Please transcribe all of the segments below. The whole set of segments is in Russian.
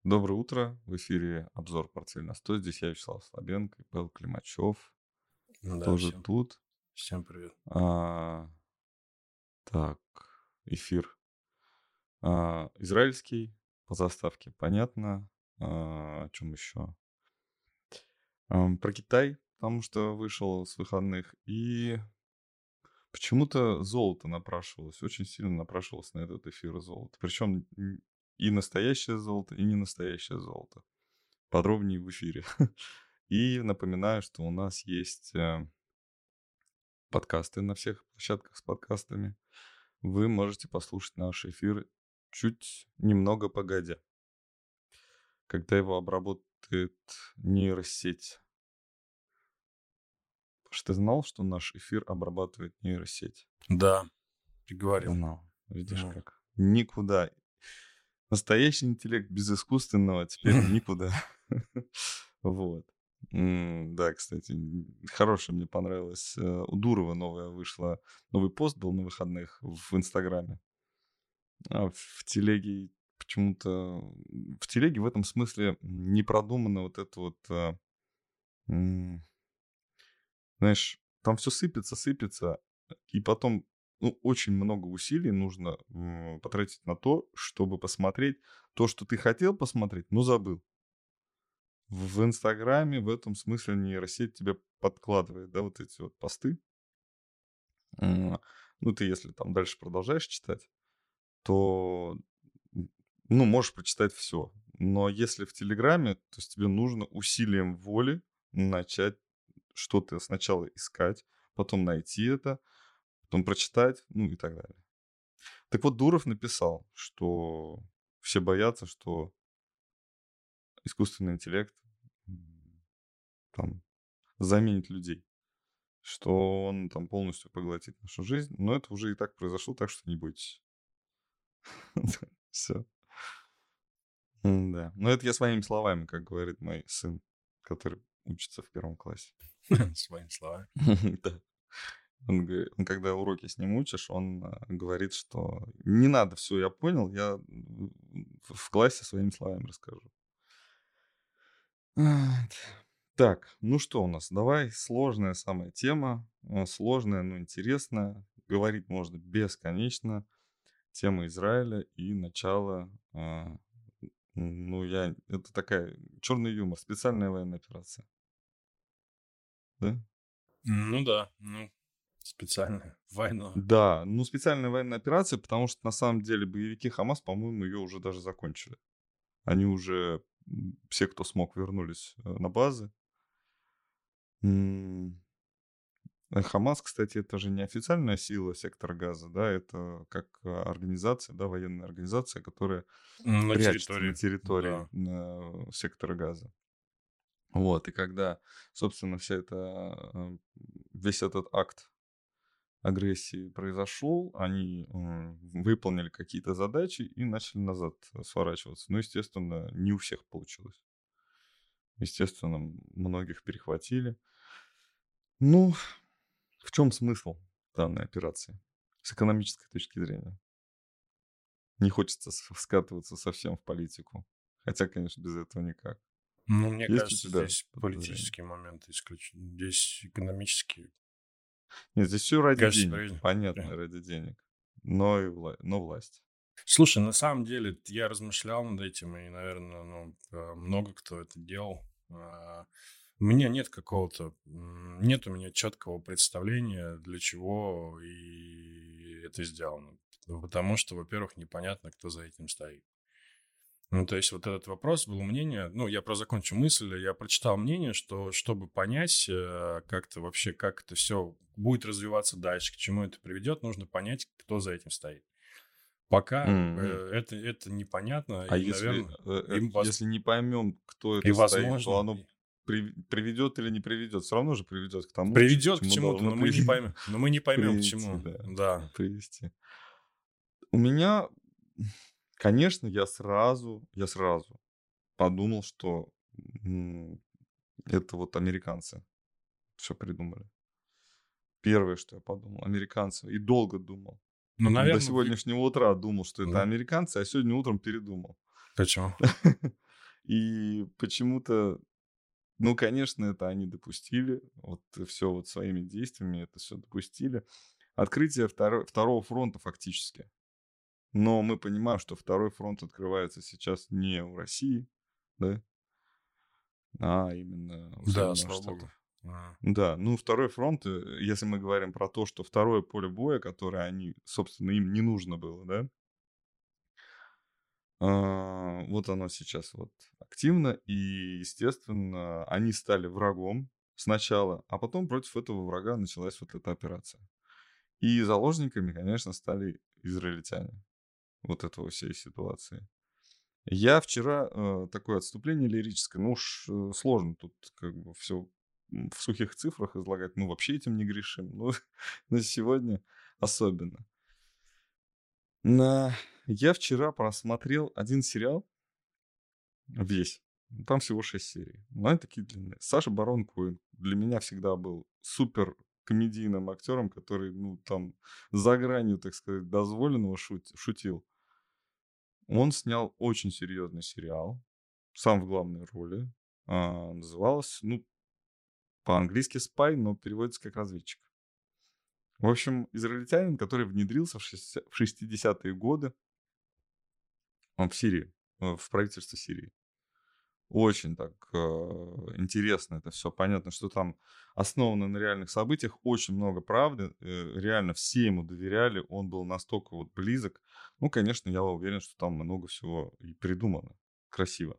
Доброе утро. В эфире обзор «Портфель на 100». Здесь я, Вячеслав Слабенко и Павел Климачев. Да, Тоже всем, тут. всем привет. А, так, эфир израильский по заставке, понятно. О чем еще? Про Китай, потому что вышел с выходных. И почему-то золото напрашивалось, очень сильно напрашивалось на этот эфир золото. Причем и настоящее золото, и не настоящее золото. Подробнее в эфире. И напоминаю, что у нас есть подкасты на всех площадках с подкастами. Вы можете послушать наш эфир чуть немного погодя, когда его обработает нейросеть. Потому что ты знал, что наш эфир обрабатывает нейросеть? Да, ты говорил. Знал. Видишь Ну, как? Никуда. Настоящий интеллект без искусственного теперь никуда. Вот. Да, кстати, хорошая мне понравилась. У Дурова новая вышла. Новый пост был на выходных в Инстаграме. А в телеге почему-то... В телеге в этом смысле не продумано вот это вот... м, Знаешь, там все сыпется, и потом очень много усилий нужно потратить на то, чтобы посмотреть то, что ты хотел посмотреть, но забыл. В Инстаграме в этом смысле нейросеть тебе подкладывает, да, вот эти вот посты. М, Ну, ты если там дальше продолжаешь читать, то, можешь прочитать все. Но если в Телеграме, то есть тебе нужно усилием воли начать что-то сначала искать, потом найти это, потом прочитать, ну и так далее. Так вот, Дуров написал, что все боятся, что искусственный интеллект там заменит людей, что он там полностью поглотит нашу жизнь. Но это уже и так произошло, так что не бойтесь. Все. Да. Но это я своими словами, как говорит мой сын, который учится в 1 классе. своими словами. Да. Он когда уроки с ним учишь, он говорит, что не надо, все, я понял, я в классе своими словами расскажу. Вот. Так, ну что у нас? Давай сложная самая тема. Сложная, но интересная. Говорить можно бесконечно. Тема Израиля и начало. Это такая черный юмор, специальная военная операция. Да? Ну да, специально. Война. Да, специальная военная операция, потому что на самом деле боевики Хамас, по-моему, ее уже даже закончили. Они уже, все, кто смог, вернулись на базы. М, Хамас, кстати, это же не официальная сила сектора Газа, да, это как организация, да, военная организация, которая На прячется на территории, территории да. сектора Газа. Вот, и когда, собственно, весь этот акт агрессии произошел, они выполнили какие-то задачи и начали назад сворачиваться. Ну, естественно, не у всех получилось. Естественно, многих перехватили. Ну, в чем смысл данной операции с экономической точки зрения? Не хочется скатываться совсем в политику. Хотя, конечно, без этого никак. Ну, мне Есть у кажется, тебя здесь подозрения? политический момент исключен. Здесь экономический. Нет, здесь все ради Кажется, денег. правильно? Понятно, ради денег. Но власть. Слушай, на самом деле, я размышлял над этим, и, наверное, много кто это делал. У меня нет нет у меня четкого представления, для чего и это сделано. Потому что, во-первых, непонятно, кто за этим стоит. Ну, то есть вот этот вопрос, было мнение, я закончу мысль, я прочитал мнение, что чтобы понять как-то вообще, как это все будет развиваться дальше, к чему это приведет, нужно понять, кто за этим стоит. Пока М. это непонятно, А и, если, наверное, им если не поймем, кто и это стоит, то возможно, оно приведет или не приведет? Все равно же приведет к тому, к приведет к чему чему-то, должно но мы не поймем, к привести, чему. да, Да. привести. У меня, конечно, я сразу подумал, что это вот американцы все придумали. Первое, что я подумал, американцы. И долго думал. Ну, До наверное, сегодняшнего утра думал, что это Да. американцы, а сегодня утром передумал. Почему? И почему-то, ну, конечно, это они допустили. Вот все вот своими действиями это все допустили. Открытие второго фронта фактически. Но мы понимаем, что второй фронт открывается сейчас не у России, да, а именно у Да, Соединенных слава Штатов. богу. А, Да, ну, второй фронт, если мы говорим про то, что второе поле боя, которое они, собственно, им не нужно было, да, вот оно сейчас вот активно, и, естественно, они стали врагом сначала, а потом против этого врага началась вот эта операция. И заложниками, конечно, стали израильтяне вот этого всей ситуации. Я вчера, такое отступление лирическое, ну уж сложно тут как бы все в сухих цифрах излагать, ну вообще этим не грешим, ну на сегодня особенно. На... Я вчера просмотрел один сериал весь, там всего 6 серий, но они такие длинные. Саша Барон Коэн для меня всегда был супер комедийным актером, который, ну, там, за гранью, так сказать, дозволенного шутил. Он снял очень серьезный сериал, сам в главной роли. Называлось, ну, по-английски «Spy», но переводится как «разведчик». В общем, израильтянин, который внедрился в 60-е годы в Сирии, в правительство Сирии. Очень так интересно это все. Понятно, что там основано на реальных событиях. Очень много правды. Реально все ему доверяли. Он был настолько вот близок. Ну, конечно, я уверен, что там много всего и придумано. Красиво.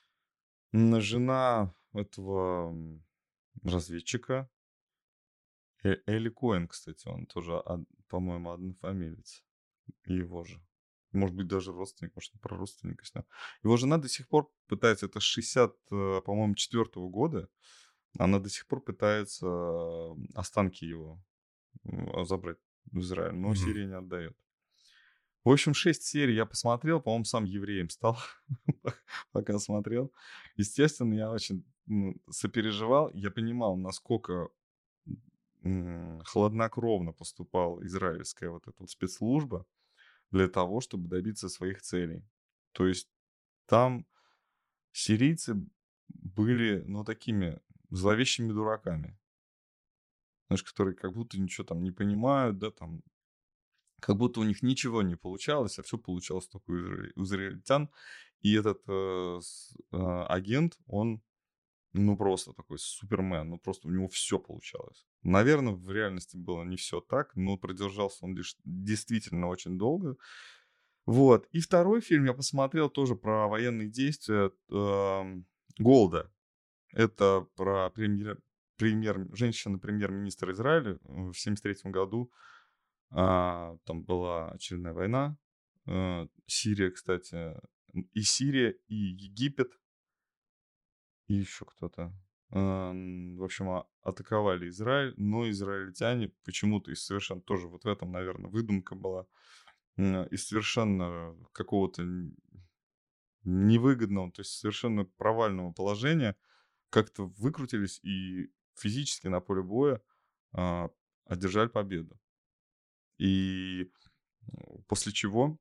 Жена этого разведчика, Элли Коэн, кстати, он тоже, по-моему, однофамилец. Его же. Может быть, даже родственник, может, он про родственника снял. Его жена до сих пор пытается, это с 60, по-моему, 4-го года, она до сих пор пытается останки его забрать в Израиль, но мгм. Сирия не отдает. В общем, 6 серий я посмотрел, по-моему, сам евреем стал, пока смотрел. Естественно, я очень сопереживал, я понимал, насколько хладнокровно поступала израильская вот эта вот спецслужба для того, чтобы добиться своих целей. То есть там сирийцы были, ну, такими зловещими дураками, знаешь, которые как будто ничего там не понимают, да, там, как будто у них ничего не получалось, а все получалось только у израильтян. И этот агент, он, ну, просто такой супермен, ну, просто у него все получалось. Наверное, в реальности было не все так, но продержался он лишь действительно очень долго. Вот. И второй фильм я посмотрел тоже про военные действия, "Голда". Это про женщина-премьер-министр Израиля, в 73 году. Там была очередная война. Сирия, кстати, и Сирия, и Египет, и еще кто-то. В общем, атаковали Израиль, но израильтяне почему-то из совершенно тоже вот в этом, наверное, выдумка была, из совершенно какого-то невыгодного, то есть совершенно провального положения как-то выкрутились и физически на поле боя а, одержали победу. И после чего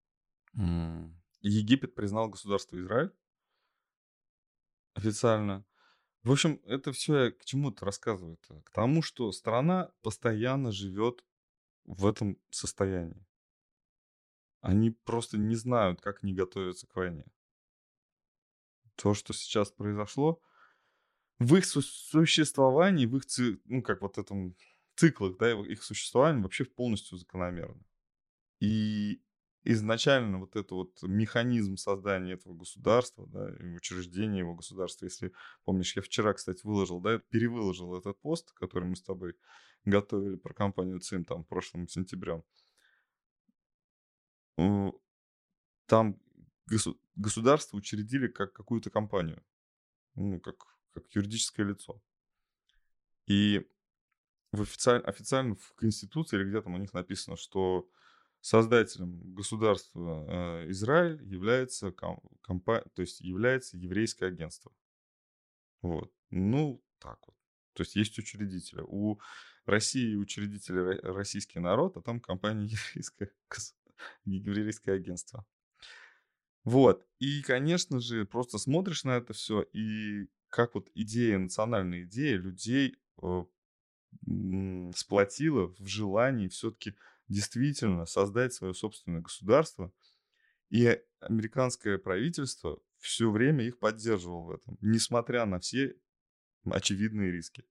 Египет признал государство Израиль официально. В общем, это все я к чему-то рассказываю-то? К тому, что страна постоянно живет в этом состоянии. Они просто не знают, как не готовиться к войне. То, что сейчас произошло, в их существовании, в их ну, как вот этом циклах, да, их существования вообще полностью закономерно. И изначально вот это вот механизм создания этого государства, да, и учреждения его государства, если помнишь, я вчера, кстати, выложил, да, перевыложил этот пост, который мы с тобой готовили про компанию ЦИМ там прошлым сентябрем. Э, Там государство учредили как какую-то компанию, ну, как юридическое лицо. И официально в Конституции или где там у них написано, что создателем государства Израиль является то есть является еврейское агентство. Вот. Ну, так вот. То есть есть учредители. У России учредители российский народ, а там компания еврейское агентство. Вот. И, конечно же, просто смотришь на это все и как вот идея, национальная идея людей, сплотила в желании все таки действительно создать свое собственное государство. И американское правительство все время их поддерживало в этом, несмотря на все очевидные риски.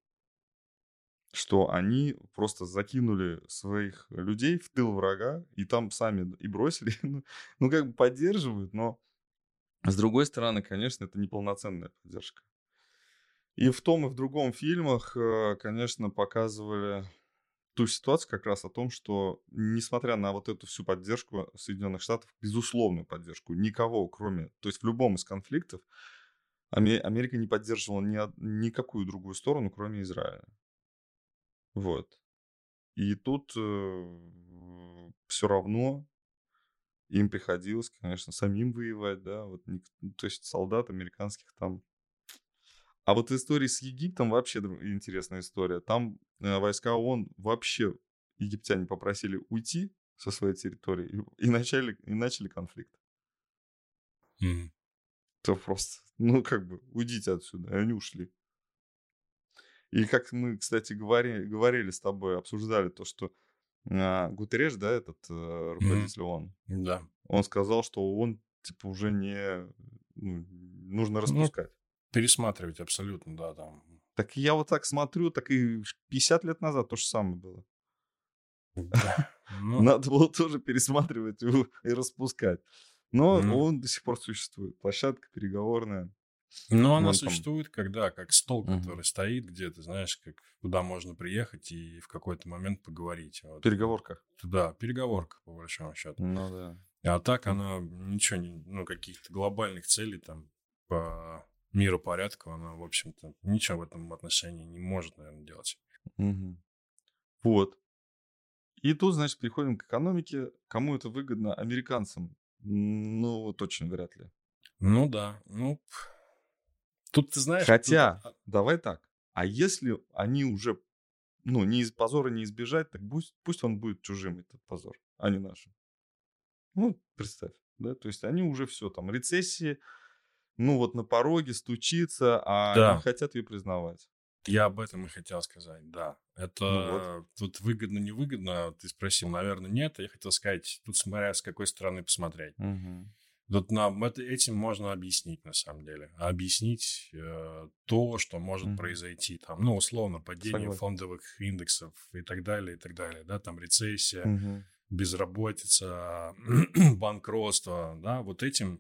Что они просто закинули своих людей в тыл врага и там сами и бросили. Ну, как бы поддерживают, но с другой стороны, конечно, это неполноценная поддержка. И в том, и в другом фильмах, конечно, показывали ту ситуацию как раз о том, что несмотря на вот эту всю поддержку Соединенных Штатов, безусловную поддержку, никого, кроме, то есть в любом из конфликтов, Америка не поддерживала никакую другую сторону, кроме Израиля. Вот. И тут все равно им приходилось, конечно, самим воевать, да, вот, то есть солдат американских там. А вот история с Египтом вообще интересная история. Там войска ООН вообще египтяне попросили уйти со своей территории и начали конфликт. Мгм. То просто, ну, как бы, уйдите отсюда. И они ушли. И как мы, кстати, говорили с тобой, обсуждали то, что Гутерреш, да, этот Мгм. руководитель ООН, Да. он сказал, что ООН, типа, уже не... ну, нужно Ну, распускать. пересматривать абсолютно, да, там. Так я вот так смотрю, так и 50 лет назад то же самое было. Да. Ну, Надо было тоже пересматривать и распускать. Но ну, он до сих пор существует. Площадка переговорная. ну, она Вон там. существует, когда как стол, Мгм. который стоит где-то, знаешь, как куда можно приехать и в какой-то момент поговорить. Вот. Переговорка. Да, переговорка, по большому счету. Ну да. А так М. она ничего не, ну, каких-то глобальных целей там по миропорядку, она, в общем-то, ничего в этом отношении не может, наверное, делать. Мгм. Вот. И тут, значит, переходим к экономике. Кому это выгодно? Американцам. Ну, вот очень вряд ли. Ну да, ну, тут ты знаешь, тут Хотя, давай так. А если они уже, ну, позора не избежать, так пусть он будет чужим, этот позор, а не нашим. Ну, представь, да, то есть они уже все там, рецессии, ну, вот на пороге стучится, а не да, хотят ее признавать. я об этом и хотел сказать, да. Ну вот. Это тут выгодно-невыгодно, ты спросил, наверное, нет. Я хотел сказать, тут смотря с какой стороны посмотреть. Мгм. Тут нам этим можно объяснить, на самом деле. Объяснить то, что может Мгм. произойти. Там, ну, условно, падение Согласен. фондовых индексов и так далее, и так далее. Да, там рецессия, Мгм. безработица, банкротство. Да, вот этим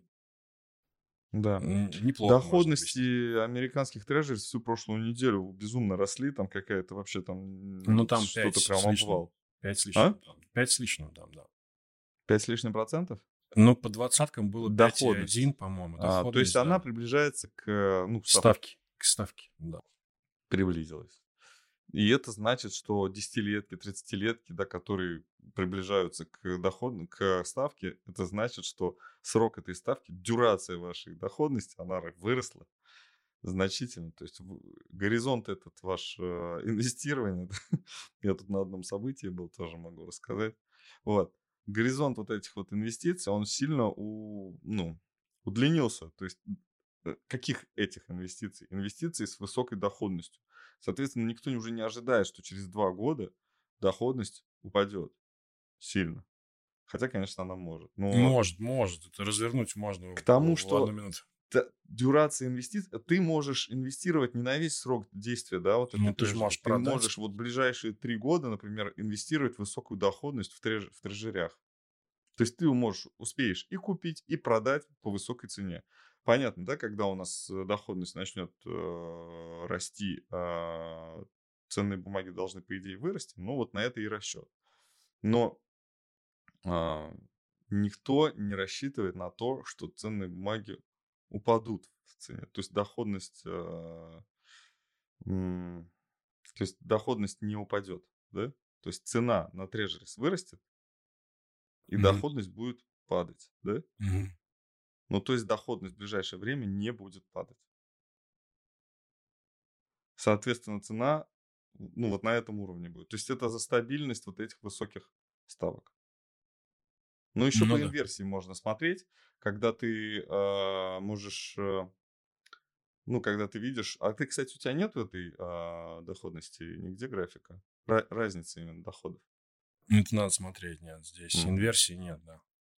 Да. неплохо можно объяснить. Доходности американских трежерис всю прошлую неделю безумно росли, там какая-то вообще там Ну, там что-то 5 прям с лишним. обвал. 5 с А? лишним там. 5 с лишним там, да. 5 с лишним %? Ну, по двадцаткам было 5,1, Доходность. по-моему, То есть доходность, она да. приближается к, ну, К ставке. ставке, к ставке, да. Приблизилась. И это значит, что десятилетки, тридцатилетки, да, которые приближаются к доходу, к ставке, это значит, что срок этой ставки, дюрация вашей доходности, она выросла значительно. То есть горизонт этот ваш инвестирования, я тут на одном событии был, тоже могу рассказать. Вот. Горизонт вот этих вот инвестиций, он сильно ну, удлинился. То есть каких этих инвестиций? Инвестиций с высокой доходностью. Соответственно, никто уже не ожидает, что через 2 года доходность упадет сильно. Хотя, конечно, она может. Но Может. Это развернуть можно к тому, в одну что минуту. дюрация инвестиций, ты можешь инвестировать не на весь срок действия, да, вот этой Ну, ты же трежери. можешь Ты продать. можешь вот ближайшие 3 года, например, инвестировать в высокую доходность в трежерях. То есть ты успеешь и купить, и продать по высокой цене. Понятно, да, когда у нас доходность начнет расти, ценные бумаги должны, по идее, вырасти. Ну, вот на это и расчет. Но а, никто не рассчитывает на то, что ценные бумаги упадут в цене. То есть доходность, то есть доходность не упадет, да? То есть цена на трежерис вырастет, и Мгм, доходность будет падать, да? мгм. Ну, то есть доходность в ближайшее время не будет падать. Соответственно, цена, ну, вот на этом уровне будет. То есть это за стабильность вот этих высоких ставок. Ну, еще Ну по да. инверсии можно смотреть, когда ты можешь, ну, когда ты видишь... А ты, кстати, у тебя нет этой доходности нигде графика? Разницы именно доходов. Это надо смотреть, нет, здесь Мгм. инверсии нет, да.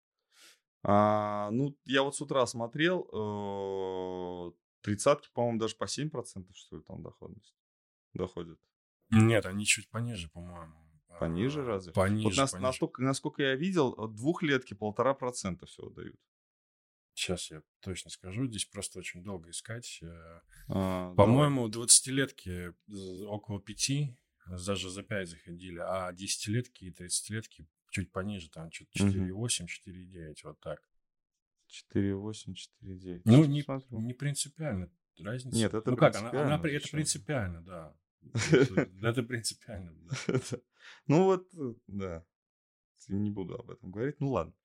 Ну, я вот с утра смотрел, тридцатки, по-моему, даже по 7%, что ли, там доходность доходит. Нет, они чуть пониже, по-моему. Пониже разве? Вот Пониже, пониже. настолько, насколько я видел, двухлетки 1,5% всего дают. Сейчас я точно скажу, здесь просто очень долго искать. Давай. По-моему, 20-летки около 5, даже за 5 заходили, а 10-летки и 30-летки чуть пониже, там что-то Мгм. 4,8, 4,9, вот так. 4,8, 4,9. Ну, Сейчас посмотрю. не принципиально разница. Нет, это Ну как, принципиально. это Зачем же? принципиально, да. Это принципиально, да. Ну вот, да. Не буду об этом говорить. Ну ладно.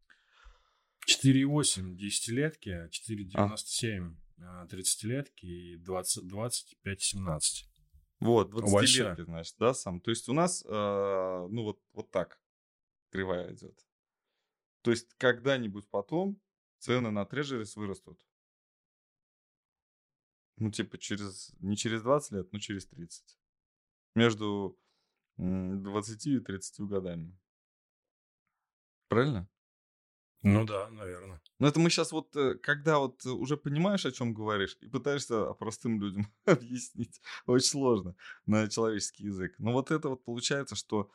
4,8 десятилетки, А, 4,97 30-летки и 25,17. вот, Большая. 20-летки, значит, да, сам. То есть у нас, ну вот так кривая идет. То есть когда-нибудь потом цены на трежерис вырастут. Ну, типа не через 20 лет, но через 30. Между 20 и 30 годами. Правильно? Ну да, наверное. Но это мы сейчас вот, когда вот уже понимаешь, о чем говоришь, и пытаешься простым людям объяснить, очень сложно на человеческий язык. Но вот это вот получается, что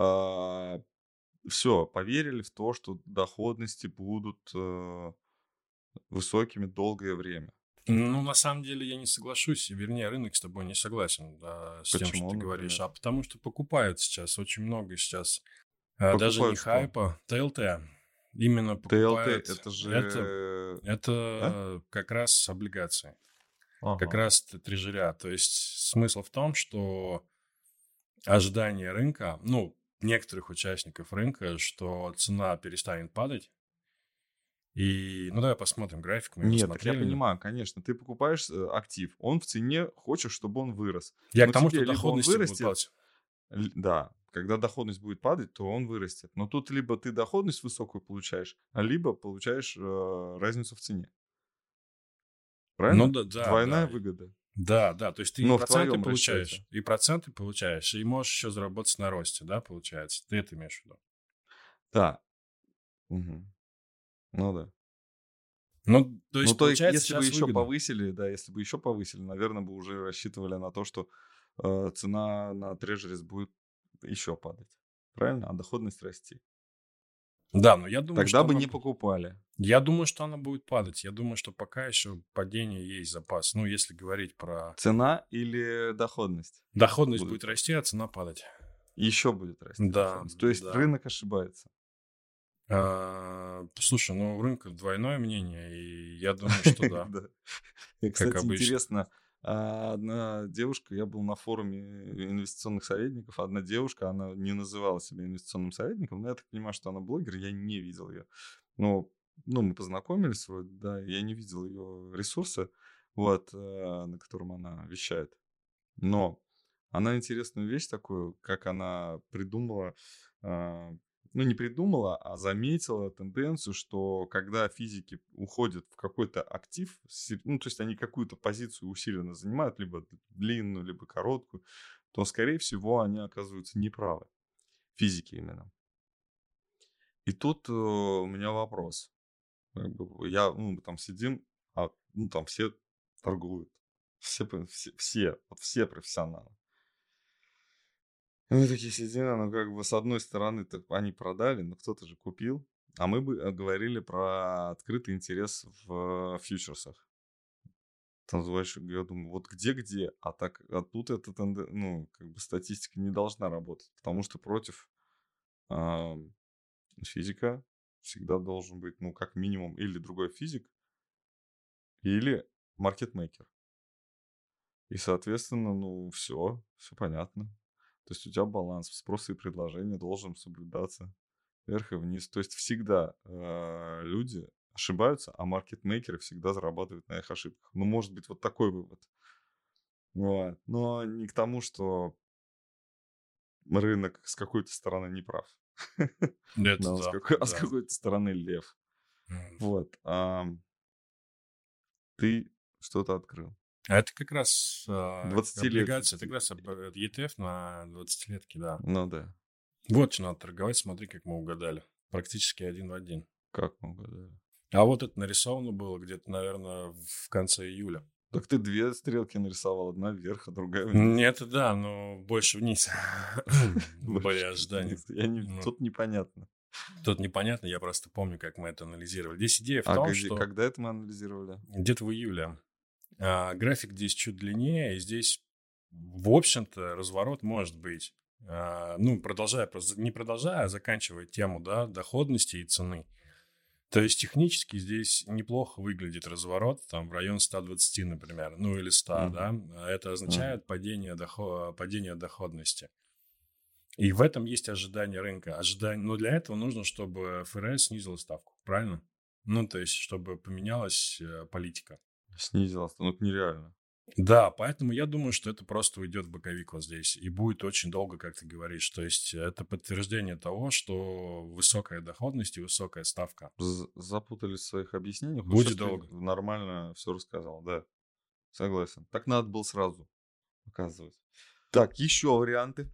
все, поверили в то, что доходности будут высокими долгое время. Ну, на самом деле, я не соглашусь, вернее, рынок с тобой не согласен, да, с тем, что Почему, ты говоришь, например? а потому что покупают сейчас очень много сейчас, даже не Покупают что? хайпа, ТЛТ, именно ТЛТ покупают, это же... А? это как раз облигации, как Ага. раз трежеря, то есть смысл в том, что ожидание рынка, ну, некоторых участников рынка, что цена перестанет падать, и, ну, давай посмотрим график, мы его Нет, так я смотрели. понимаю, конечно. Ты покупаешь актив, он в цене, хочешь, чтобы он вырос. Я к Но тому, что тебе либо он доходности будут вырастет, падать. да, когда доходность будет падать, то он вырастет. Но тут либо ты доходность высокую получаешь, либо получаешь разницу в цене. Ну Правильно? да, да, Двойная да. выгода. Да, да, то есть ты Но в твоем расчете. и проценты получаешь, и можешь еще заработать на росте, да, получается? Ты это имеешь в виду? Да. Мгм. Ну да. Ну, то Ну, есть, то получается, если бы сейчас еще выгодно. повысили, да, если бы еще повысили, наверное, бы уже рассчитывали на то, что цена на трежерис будет еще падать. Правильно? А доходность расти. Да, но я думаю, Тогда что бы она... не покупали. Я думаю, что она будет падать. Я думаю, что пока еще падение есть запас. Ну, если говорить про... Цена или доходность Доходность будут будет расти, а цена падать. еще будет расти Да, доходность. То есть да. рынок ошибается. Слушай, ну, у рынка двойное мнение, и я думаю, что да, Да. И, как кстати, обычно. интересно, одна девушка, я был на форуме инвестиционных советников, одна девушка, она не называла себя инвестиционным советником, но я так понимаю, что она блогер, я не видел ее. Но, ну, мы познакомились вроде, да, я не видел ее ресурса, вот, на котором она вещает. Но она интересную вещь такую, как она придумала, а, ну не придумала, а заметила тенденцию, что когда физики уходят в какой-то актив, ну то есть они какую-то позицию усиленно занимают, либо длинную, либо короткую, то, скорее всего, они оказываются неправы. Физики именно. И тут у меня вопрос. Как бы ну, мы там сидим, ну, там все торгуют. Вот все профессионалы. И мы такие сидим, ну, как бы, с одной стороны, они продали, но кто-то же купил. А мы бы говорили про открытый интерес в фьючерсах. Там, знаешь, я думаю, вот где-где, а тут ну, как бы статистика не должна работать, потому что против а, физика всегда должен быть, ну, как минимум, или другой физик, или маркетмейкер. И, соответственно, ну, все понятно. То есть у тебя баланс спроса и предложения должен соблюдаться вверх и вниз. То есть всегда люди ошибаются, а маркетмейкеры всегда зарабатывают на их ошибках. Ну, может быть, вот такой вывод. Вот. Но не к тому, что рынок с какой-то стороны не прав. Это Да, да, а с да. какой-то стороны лев. М. Вот. Ты что-то открыл. А это как раз, Двадцатилетний. облигации, это как раз ETF на 20-летки, да. Ну да. Вот что надо торговать, смотри, как мы угадали. Практически один в один. Как мы угадали? А вот это нарисовано было где-то, наверное, в конце июля. Так ты две стрелки нарисовал. Одна вверх, а другая вниз. Это да, но больше вниз. Были Больше ожидания. вниз. Ну, Тут непонятно. тут непонятно, я просто помню, как мы это анализировали. Здесь идея в А том, где, что когда это мы анализировали? где-то в июле график здесь чуть длиннее, и здесь, в общем-то, разворот может быть. Ну, не продолжая, а заканчивая тему, да, доходности и цены. То есть технически здесь неплохо выглядит разворот, там в район 120, например, ну или 100, да. Мгм. Это Мгм. означает падение доходности. И в этом есть ожидание рынка. Но для этого нужно, чтобы ФРС снизила ставку, правильно? Ну, то есть, чтобы поменялась политика. Снизилась. Ну, это нереально. Да, поэтому я думаю, что это просто уйдет в боковик вот здесь. И будет очень долго, как ты говоришь. То есть, это подтверждение того, что высокая доходность и высокая ставка. Запутались в своих объяснениях. Вот Будет сейчас ты долго. нормально все рассказал. Да, согласен. Так надо было сразу показывать. Так, еще варианты.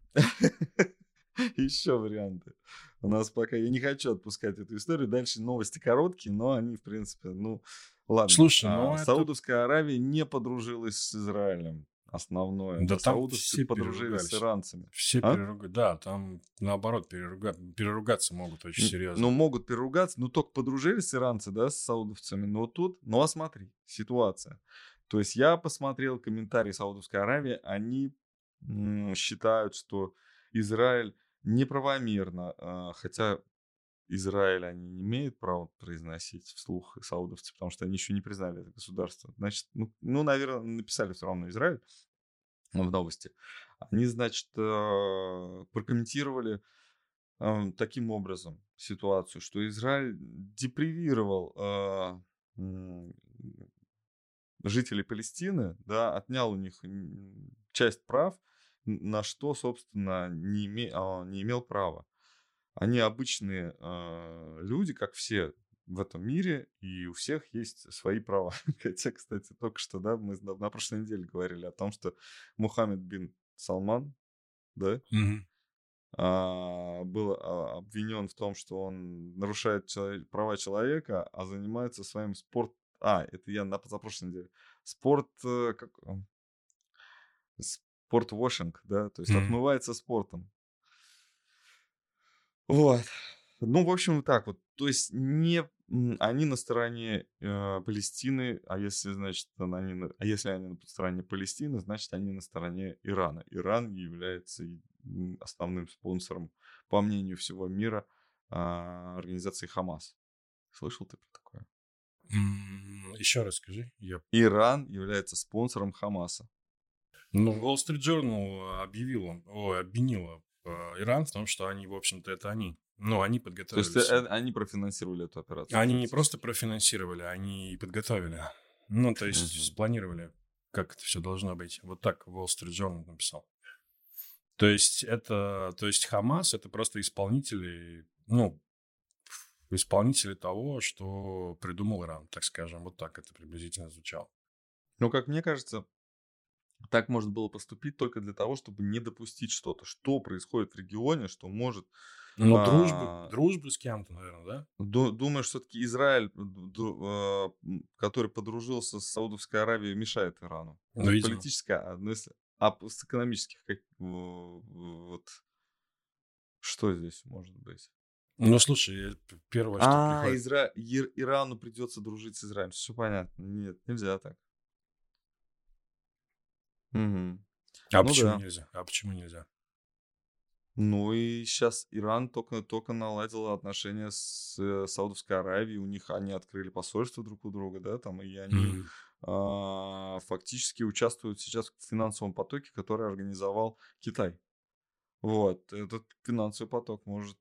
Еще варианты. У нас пока... Я не хочу отпускать эту историю. Дальше новости короткие, но они, в принципе, ну... Ладно. Слушай, ну это... Саудовская Аравия не подружилась с Израилем. Основное. Да Да, там саудовцы все подружились с переругались. иранцами. Все А? переругались. Да, там наоборот переругаться могут очень Ну, серьезно. могут переругаться, но только подружились иранцы, да, с саудовцами. Но тут, ну, а смотри, ситуация. То есть я посмотрел комментарии Саудовской Аравии, они считают, что Израиль неправомерно, хотя Израиль они не имеют права произносить вслух саудовцы, потому что они еще не признали это государство. Значит, наверное, написали все равно Израиль в новости. Они, значит, прокомментировали таким образом ситуацию, что Израиль депривировал м, жителей Палестины, да, отнял у них часть прав, на что, собственно, не имел права. Они обычные люди, как все в этом мире, и у всех есть свои права. Хотя, кстати, только что, да, мы на прошлой неделе говорили о том, что Мухаммед бин Салман, да, Мгм. был обвинен в том, что он нарушает права человека, а занимается своим это я на позапрошлой неделе. Спорт, спортвошинг, да, то есть Мгм. отмывается спортом. Вот. Ну, в общем, вот так вот. То есть они на стороне Палестины, а если, значит, а если они на стороне Палестины, значит, они на стороне Ирана. Иран является основным спонсором, по мнению всего мира, организации Хамас. Слышал ты про такое? Еще раз скажи. Иран является спонсором Хамаса. Ну, Wall Street Journal обвинила Иран в том, что они, в общем-то, это они. Ну, они То есть подготовили все. они профинансировали эту операцию Они не просто фактически. профинансировали, они и подготовили. Ну, то есть Мгм. спланировали, как это все должно быть. Вот так Wall Street Journal написал. То есть Хамас это просто исполнители того, что придумал Иран, так скажем. Вот так это приблизительно звучало. Ну, как мне кажется, так можно было поступить только для того, чтобы не допустить что-то. Что происходит в регионе, что может... Но а, дружбы с кем-то, наверное, да? Думаешь, все-таки Израиль, который подружился с Саудовской Аравией, мешает Ирану? Ну, С видимо. политической, с экономических, вот что здесь может быть? Ну, слушай, первое, что приходит. Ирану придется дружить с Израилем. Все понятно. Нет, нельзя так. Мгм. А Ну почему да. нельзя? А почему нельзя? Ну и сейчас Иран только наладил отношения с Саудовской Аравией. У них они открыли посольство друг у друга, да, там, и они Мгм. фактически участвуют сейчас в финансовом потоке, который организовал Китай. Вот, этот финансовый поток может,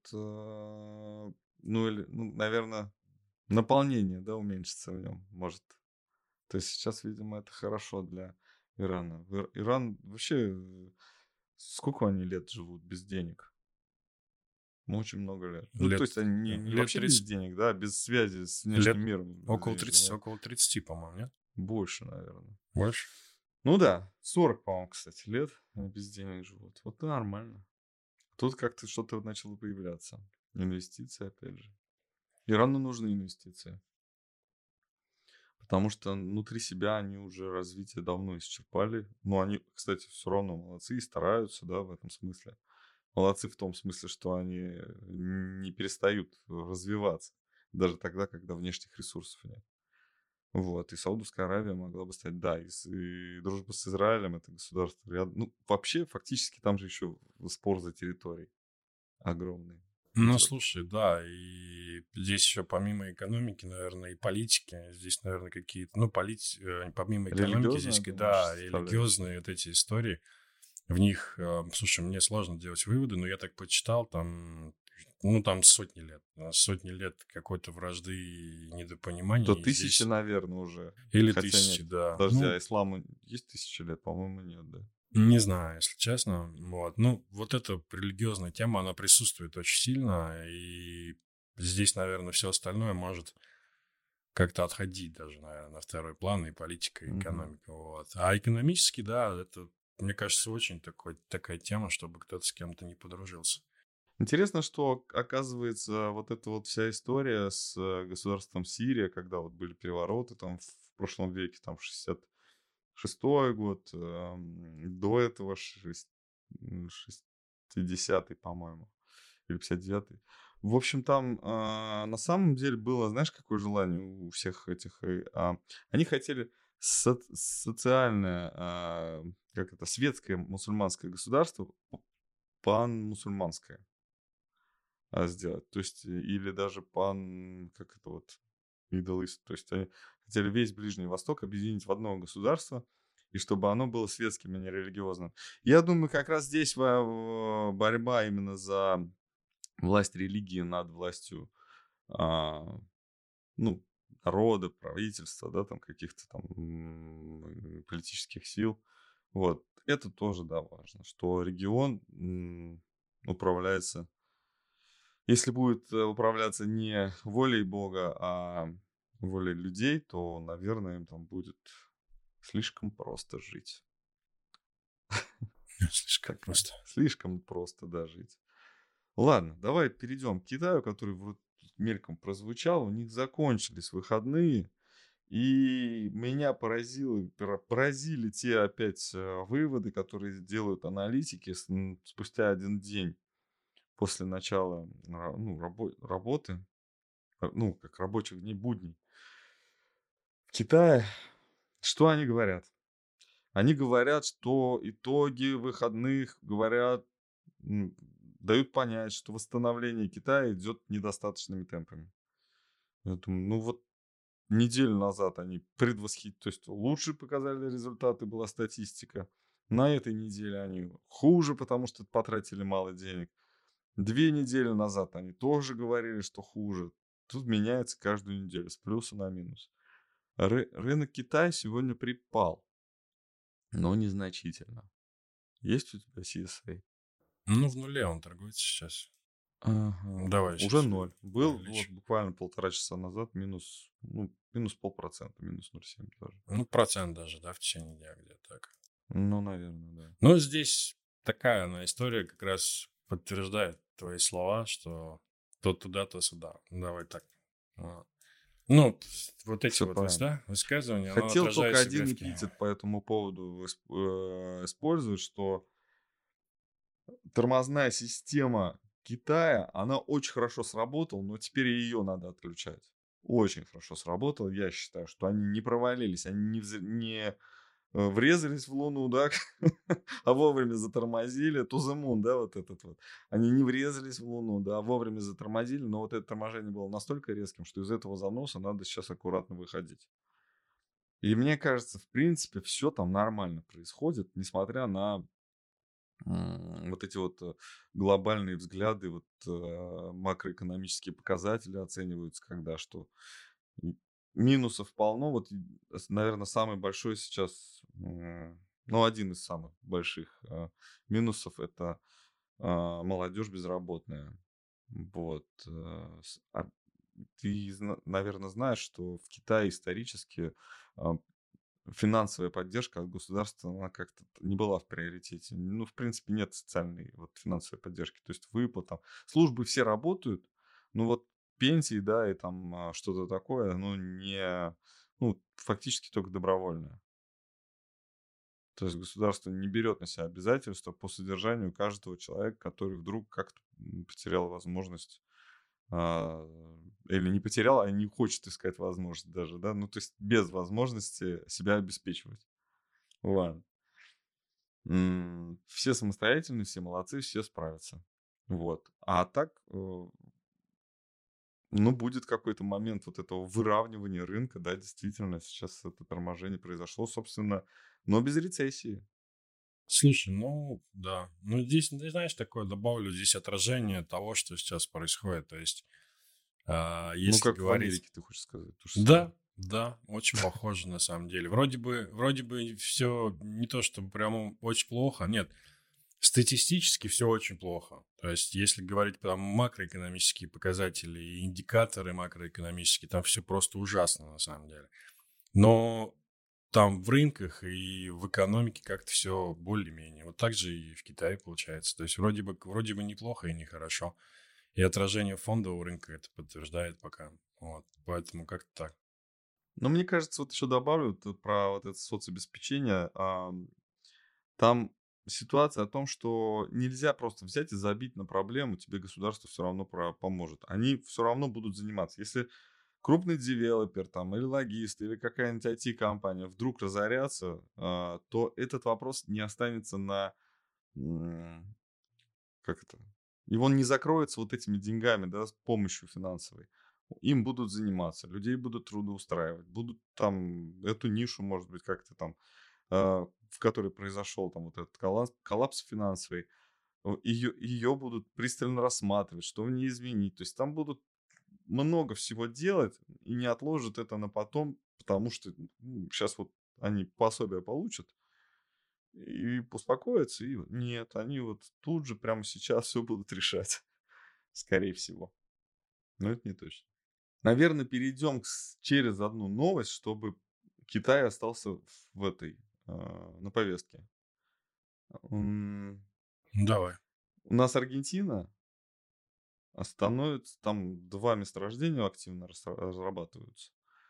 наверное, наполнение, да, уменьшится в нем, может. То есть сейчас, видимо, это хорошо для Ирана. Иран вообще, сколько они лет живут без денег? Ну, очень много лет. Ну, то Лет, есть они не лет вообще без 30, денег, да, а без связи с лет внешним миром, около извините, 30, да? около 30, по-моему, нет? Больше, наверное. Больше? Ну да, 40, по-моему, кстати, лет они без денег живут. Вот это нормально. Тут как-то что-то начало появляться. Инвестиции, опять же. Ирану нужны инвестиции. Потому что внутри себя они уже развитие давно исчерпали. Но они, кстати, все равно молодцы и стараются, да, в этом смысле. Молодцы в том смысле, что они не перестают развиваться. Даже тогда, когда внешних ресурсов нет. Вот. И Саудовская Аравия могла бы стать, да, и дружба с Израилем, это государство рядом. Ну, вообще, фактически, там же еще спор за территории огромный Ну, идет. слушай, да, и здесь еще помимо экономики, наверное, и политики, здесь, наверное, какие-то, ну, помимо экономики, здесь, Религиозная, думаешь, да, составляющая? религиозные вот эти истории, в них, слушай, мне сложно делать выводы, но я так почитал, там, ну, там сотни лет какой-то вражды и До недопонимания, и 1000, здесь, наверное, уже. или Хотя тысячи, нет. да, Подожди, а ну, исламу есть 1000 лет? По-моему, нет, да? не знаю, если честно. Вот. Ну, вот эта религиозная тема, она присутствует очень сильно, и здесь, наверное, все остальное может как-то отходить даже, наверное, на второй план, и политика, и Мгм. экономика. Вот. А экономически, да, это, мне кажется, очень такая тема, чтобы кто-то с кем-то не подружился. Интересно, что, оказывается, вот эта вот вся история с государством Сирия, когда вот были перевороты там в прошлом веке, там 66-й год, до этого 60-й, по-моему, или 59-й. В общем, там на самом деле было, знаешь, какое желание у всех этих... они хотели социальное, как это, светское мусульманское государство, пан-мусульманское сделать. То есть, или даже как это вот, Middle East. То есть они хотели весь Ближний Восток объединить в одно государство, и чтобы оно было светским, а не религиозным. Я думаю, как раз здесь борьба именно за власть религии над властью, а, ну, народа, правительства, да, там каких-то там политических сил. Вот. Это тоже, да, важно, что регион управляется, если будет управляться не волей Бога, а волей людей, то, наверное, им там будет слишком просто жить. Слишком Такая. просто. Слишком просто, да, жить. Ладно, давай перейдем к Китаю, который вот тут мельком прозвучал. У них закончились выходные. И меня поразили те опять выводы, которые делают аналитики спустя один день после начала ну, работы, ну, как рабочих дней, будней в Китае. Что они говорят? Они говорят, что итоги выходных, говорят, дают понять, что восстановление Китая идет недостаточными темпами. Я думаю, ну вот неделю назад они то есть лучше показали результаты, была статистика. На этой неделе они хуже, потому что потратили мало денег. 2 недели назад они тоже говорили, что хуже. Тут меняется каждую неделю с плюса на минус. Рынок Китая сегодня припал, но незначительно. Есть у тебя CSA? Ну, в нуле он торгуется сейчас. Ага. Давай Уже сейчас ноль. Был вот увеличим. буквально 1,5 часа назад минус, ну, минус полпроцента, минус 0,7 тоже. Ну, процент даже, да, в течение дня где-то так. Ну, наверное, да. Но здесь такая она история как раз подтверждает твои слова, что то туда, то сюда. Давай так. Вот. Ну, вот эти Все вот правильно. высказывания, оно Хотел только отражается в один графике. эпитет по этому поводу использовать, что тормозная система Китая, она очень хорошо сработала, но теперь ее надо отключать. Очень хорошо сработала. Я считаю, что они не провалились, они не врезались в Луну, да, а вовремя затормозили. To the moon, да, вот этот вот. Они не врезались в Луну, да, а вовремя затормозили, но вот это торможение было настолько резким, что из этого заноса надо сейчас аккуратно выходить. И мне кажется, в принципе, все там нормально происходит, несмотря на вот эти вот глобальные взгляды, вот макроэкономические показатели оцениваются, когда что минусов полно. Вот, наверное, самый большой сейчас, ну, один из самых больших минусов — это молодежь безработная. Вот. Ты, наверное, знаешь, что в Китае исторически а, финансовая поддержка от государства, она как-то не была в приоритете. Ну, в принципе, нет социальной вот финансовой поддержки. То есть выплат там. Службы все работают, но вот пенсии, да, и там что-то такое, ну, не, ну, фактически только добровольное. То есть государство не берет на себя обязательства по содержанию каждого человека, который вдруг как-то потерял возможность а, или не потерял, а не хочет искать возможность даже, да, ну, то есть без возможности себя обеспечивать. Ладно. Все самостоятельные, все молодцы, все справятся. Вот. А так, ну, будет какой-то момент вот этого выравнивания рынка, да, действительно, сейчас это торможение произошло, собственно, но без рецессии. Слушай, ну да. Ну здесь, ты знаешь, такое добавлю, здесь отражение того, что сейчас происходит. То есть, Ну, если как в говорить... Америке, ты хочешь сказать, то же самое. Да, да, очень похоже на самом деле. Вроде бы все не то, чтобы прямо очень плохо. Нет, статистически все очень плохо. То есть, если говорить про макроэкономические показатели и индикаторы макроэкономические, там все просто ужасно на самом деле. Но там в рынках и в экономике как-то все более-менее. Вот так же и в Китае получается. То есть вроде бы неплохо и нехорошо. И отражение фондового рынка это подтверждает пока. Вот. Поэтому как-то так. Но мне кажется, вот еще добавлю про вот это соцобеспечение. Там ситуация о том, что нельзя просто взять и забить на проблему, тебе государство все равно поможет. Они все равно будут заниматься. Если крупный девелопер там, или логист, или какая-нибудь IT-компания вдруг разорятся, то этот вопрос не останется на... м, Как это? И он не закроется вот этими деньгами, да, с помощью финансовой. Им будут заниматься, людей будут трудоустраивать, будут там эту нишу, может быть, как-то там в которой произошел там вот этот коллапс финансовый, ее будут пристально рассматривать, что в ней изменить. То есть там будут много всего делать и не отложат это на потом, потому что сейчас вот они пособие получат и успокоятся, и нет, они вот тут же прямо сейчас все будут решать, скорее всего. Но это не точно. Наверное, перейдем через одну новость, чтобы Китай остался в этой, на повестке. М, Давай. У нас Аргентина становится, там два месторождения активно разрабатываются.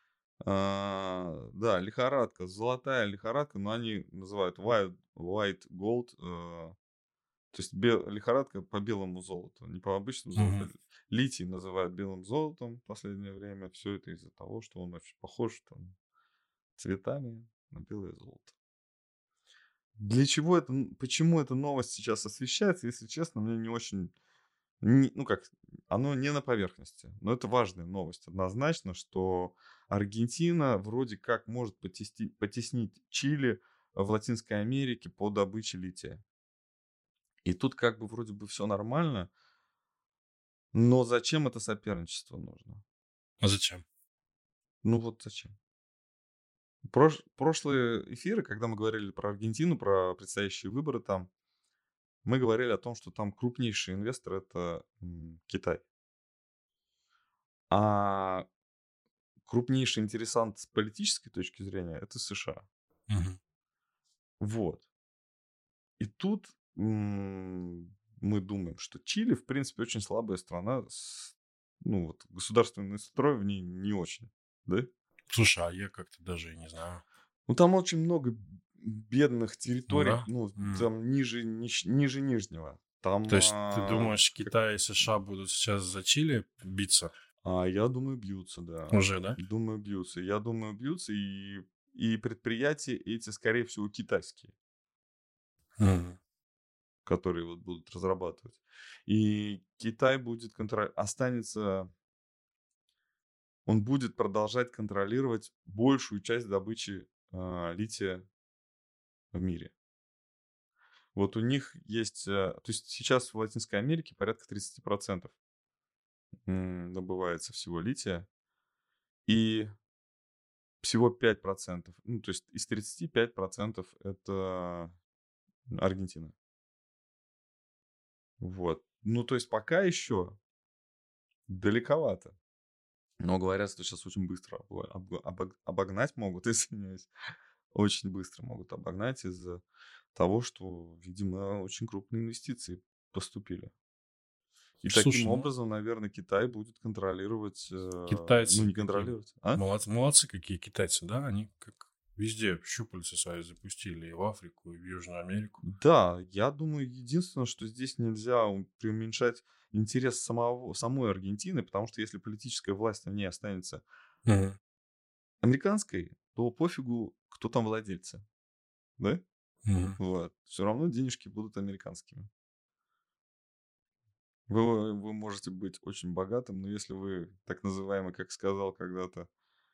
Да, лихорадка, золотая лихорадка, но они называют white gold, то есть лихорадка по белому золоту, не по обычному золоту. Мгм. Литий называют белым золотом в последнее время. Все это из-за того, что он очень похож там, цветами на белое золото. Для чего это, почему эта новость сейчас освещается, если честно, мне не очень, ну как, оно не на поверхности, но это важная новость однозначно, что Аргентина вроде как может потеснить Чили в Латинской Америке по добыче лития. И тут как бы вроде бы все нормально, но зачем это соперничество нужно? А зачем? Ну вот зачем? Прошлые эфиры, когда мы говорили про Аргентину, про предстоящие выборы там, мы говорили о том, что там крупнейший инвестор это Китай. А крупнейший интересант с политической точки зрения это США. Мгм. Вот. И тут мы думаем, что Чили, в принципе, очень слабая страна. Ну вот, государственный строй в ней не очень. Да? Слушай, а я как-то даже и не знаю. Ну, там очень много бедных Ну территорий, да? ну, М. там ниже нижнего. Там, То есть ты думаешь, Китай и США будут сейчас за Чили биться? я думаю, бьются, да. Уже, да? Думаю, бьются. Я думаю, бьются, и предприятия эти, скорее всего, китайские, Мгм. которые вот будут разрабатывать. И Китай будет останется, он будет продолжать контролировать большую часть добычи лития в мире. Вот у них есть, то есть сейчас в Латинской Америке порядка 30% добывается всего лития, и всего 5%, ну, то есть из 35% это Аргентина. Вот. Ну, то есть пока еще далековато. Но говорят, что сейчас очень быстро обогнать могут, извиняюсь. Очень быстро могут обогнать из-за того, что, видимо, очень крупные инвестиции поступили. И таким Слушай, ну, образом, наверное, Китай будет контролировать, ну, китайцы не какие контролировать, а? молодцы какие китайцы, да? Они как везде щупальца свои запустили, и в Африку, и в Южную Америку. Да, я думаю, единственное, что здесь нельзя преуменьшать интерес самой Аргентины, потому что если политическая власть в ней останется Мгм. американской, то пофигу, кто там владельцы, да? Мгм. Вот. Все равно денежки будут американскими. Вы можете быть очень богатым, но если вы так называемый, как сказал когда-то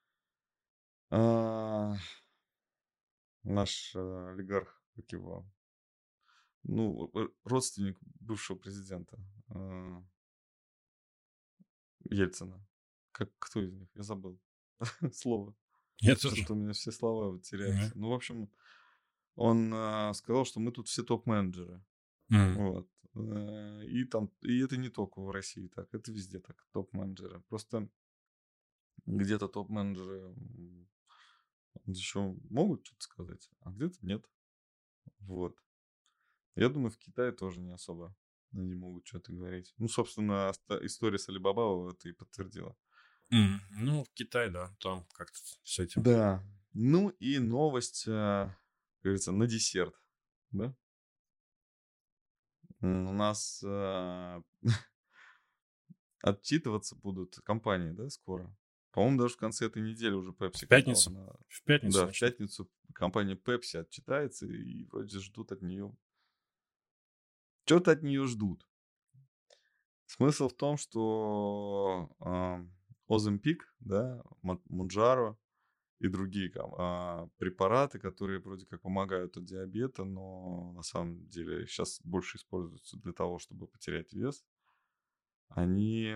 а, наш олигарх, как его, ну, родственник бывшего президента Ельцина. Кто из них? Я забыл слово. Я тоже. Что-то у меня все слова вот Мгм. теряются. Ну, в общем, он сказал, что мы тут все топ-менеджеры. Мгм. Вот. И это не только в России так, это везде так, топ-менеджеры. Просто где-то топ-менеджеры еще могут что-то сказать, а где-то нет. Вот. Я думаю, в Китае тоже не особо они могут что-то говорить. Ну, собственно, история с Алибабао это и подтвердила. Ну, в Китай, да, там как-то с этим. Да. Ну и новость, как говорится, на десерт, да? У нас отчитываться будут компании, да, скоро. По-моему, даже в конце этой недели уже В Pepsi пятницу? должна... В пятницу Да, в начнут. пятницу компания Pepsi отчитается и вроде ждут от нее... Что-то от нее ждут. Смысл в том, что Оземпик, да, Моunjaro и другие препараты, которые вроде как помогают от диабета, но на самом деле сейчас больше используются для того, чтобы потерять вес, они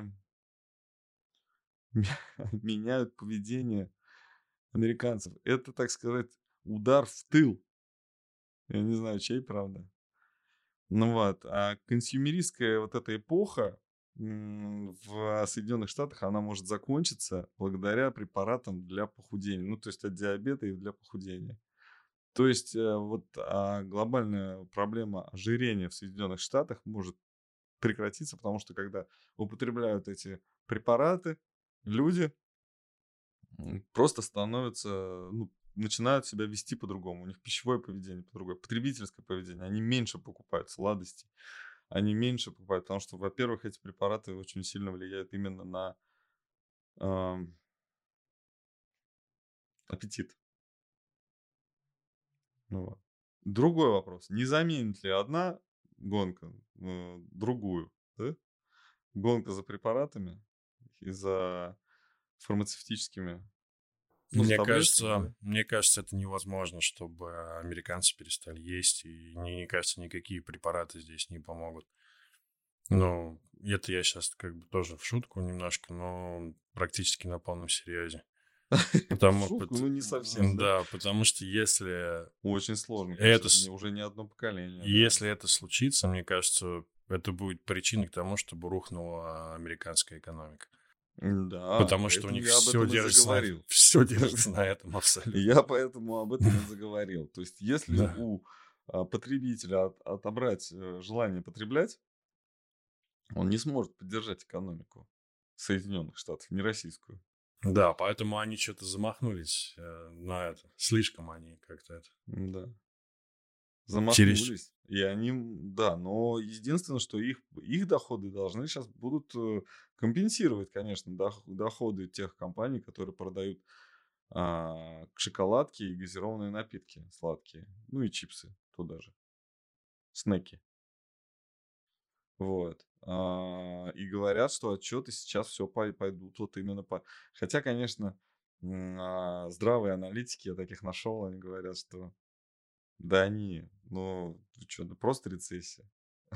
меняют поведение американцев. Это, так сказать, удар в тыл. Я не знаю, чей, правда. Ну вот, а консюмеристская вот эта эпоха в Соединенных Штатах, она может закончиться благодаря препаратам для похудения. Ну, то есть от диабета и для похудения. То есть вот глобальная проблема ожирения в Соединенных Штатах может прекратиться, потому что когда употребляют эти препараты, люди просто становятся, ну, начинают себя вести по-другому. У них пищевое поведение по-другому, потребительское поведение. Они меньше покупают сладостей, они меньше покупают, потому что, во-первых, эти препараты очень сильно влияют именно на ам, аппетит. Ну вот. Другой вопрос. Не заменит ли одна гонка другую? Да? Гонка за препаратами и за фармацевтическими, ну, за таблетками, да? Мне кажется, это невозможно, чтобы американцы перестали есть, и мне кажется, никакие препараты здесь не помогут. Ну, это я сейчас как бы тоже в шутку немножко, но практически на полном серьезе. В шутку, ну, не совсем, да? Да, потому что если Очень сложно, конечно, это, это уже не одно поколение, да. если это случится, мне кажется, это будет причиной к тому, чтобы рухнула американская экономика. Да, Потому что у поэтому них я об все этом и держится на, заговорил. все держится на этом абсолютно. Я поэтому об этом и заговорил. То есть, если Да. у потребителя отобрать желание потреблять, он не сможет поддержать экономику Соединенных Штатов, не российскую. Да, поэтому они что-то замахнулись на это. Слишком они как-то это. Да. Через... Замахнулись. И они, да, но единственное, что их доходы должны сейчас будут компенсировать, конечно, доходы тех компаний, которые продают шоколадки и газированные напитки сладкие. Ну и чипсы туда же. Снеки. Вот. И говорят, что отчеты сейчас все пойдут вот именно по... Хотя, конечно, здравые аналитики, я таких нашел, они говорят, что да не, ну, ты чё, да просто рецессия.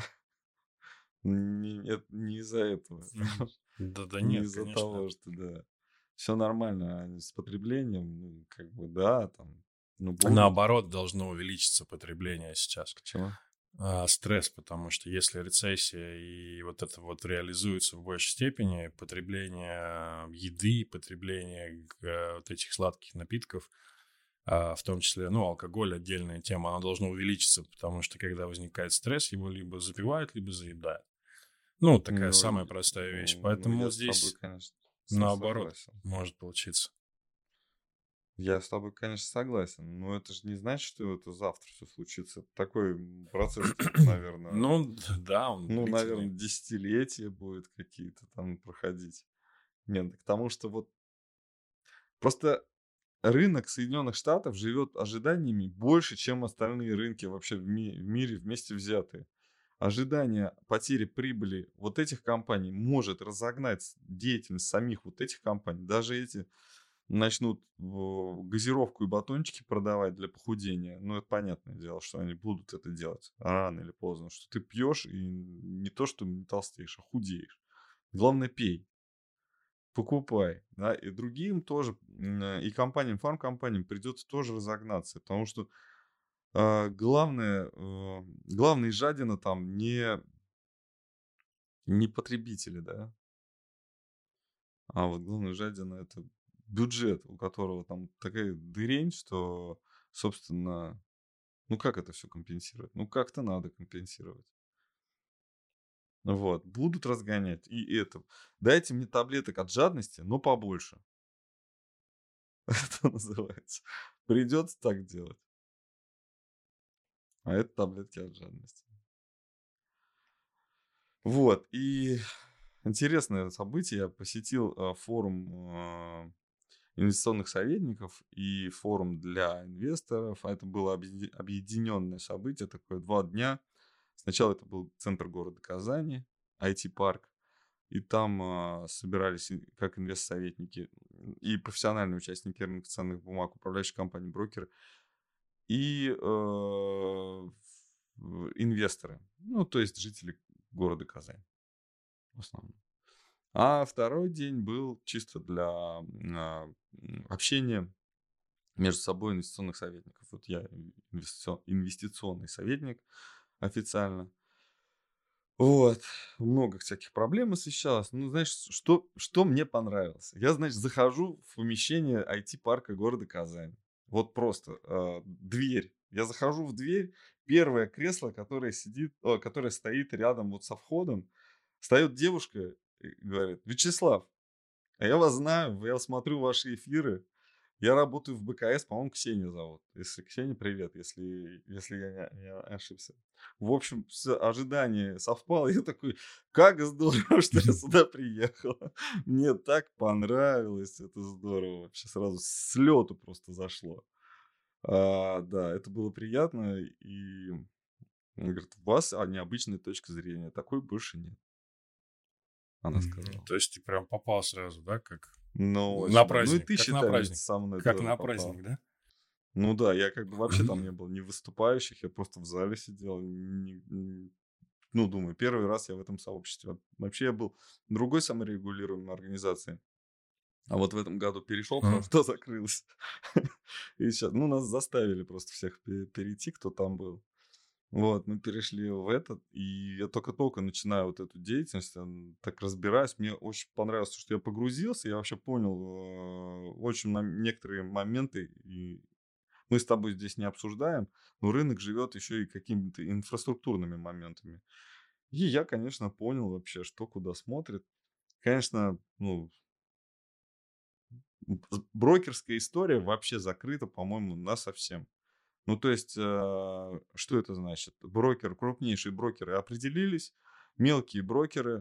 Не из-за этого. Да Не нет, из-за конечно. того, что, да, все нормально с потреблением, ну, как бы, да, там, ну, будут. Наоборот, должно увеличиться потребление сейчас. Почему? стресс, потому что если рецессия и вот это вот реализуется в большей степени, потребление еды, потребление вот этих сладких напитков, в том числе, ну, алкоголь отдельная тема, она должна увеличиться, потому что когда возникает стресс, его либо запивают, либо заедают. Ну, такая Ну, самая простая вещь. ну, Поэтому я с тобой, здесь конечно, наоборот согласен. может получиться. Я с тобой, конечно, согласен, но это же не значит, что это завтра все случится. Это такой процесс, наверное, Ну, да, он ну, наверное, длительный. десятилетия будет какие-то там проходить. Нет, к тому, что вот просто рынок Соединенных Штатов живет ожиданиями больше, чем остальные рынки вообще в мире вместе взятые. Ожидание потери прибыли вот этих компаний может разогнать деятельность самих вот этих компаний. Даже эти начнут газировку и батончики продавать для похудения. Ну, это понятное дело, что они будут это делать рано или поздно. Что ты пьешь и не то, что не толстеешь, а худеешь. Главное, пей, покупай. Да? И другим тоже, и компаниям, фармкомпаниям придется тоже разогнаться. Потому что главная жадина там не потребители, да, а вот главная жадина это бюджет, у которого там такая дырень, что, собственно, ну как это все компенсировать? Ну как-то надо компенсировать. Вот, будут разгонять и это. Дайте мне таблеток от жадности, но побольше. Это называется. Придется так делать. А это таблетки от жадности. Вот, и интересное событие. Я посетил форум инвестиционных советников и форум для инвесторов. А это было объединенное событие, такое 2 дня. Сначала это был центр города Казани, IT-парк. И там собирались как инвестсоветники и профессиональные участники рынка ценных бумаг, управляющие компании, брокеры и инвесторы. Ну, то есть жители города Казань в основном. А второй день был чисто для общения между собой инвестиционных советников. Вот я инвестиционный советник официально. Вот. Много всяких проблем освещалось. Ну, знаешь, что мне понравилось? Я, значит, захожу в помещение IT-парка города Казань. Вот просто дверь. Я захожу в дверь. Первое кресло, которое стоит рядом вот со входом, встает девушка и говорит: Вячеслав, а я вас знаю, я смотрю ваши эфиры. Я работаю в БКС, по-моему, Ксения зовут. Если Ксения, привет, если я не ошибся. В общем, ожидание совпало. Я такой, как здорово, что я сюда приехал. Мне так понравилось, это здорово. Вообще сразу с лету просто зашло. Да, это было приятно. И он говорит, у вас необычная точка зрения. Такой больше нет, она сказала. То есть ты прям попал сразу, да, как Ну, на очень. Ну и праздник, ты, как на считай, вместе праздник, со мной как тоже на попал. праздник, да? Ну да, я как бы вообще там не был ни выступающих, я просто в зале сидел. Ну, думаю, первый раз я в этом сообществе. Вообще я был в другой саморегулируемой организации. А вот в этом году перешел, потому что закрылось. И сейчас, ну, нас заставили просто всех перейти, кто там был. Вот, мы перешли в этот, и я только-только начинаю вот эту деятельность, так разбираюсь. Мне очень понравилось, что я погрузился, я вообще понял очень некоторые моменты, и мы с тобой здесь не обсуждаем, но рынок живет еще и какими-то инфраструктурными моментами. И я, конечно, понял вообще, что куда смотрит. Конечно, ну, брокерская история вообще закрыта, по-моему, на совсем. Ну, то есть, что это значит? Крупнейшие брокеры определились, мелкие брокеры,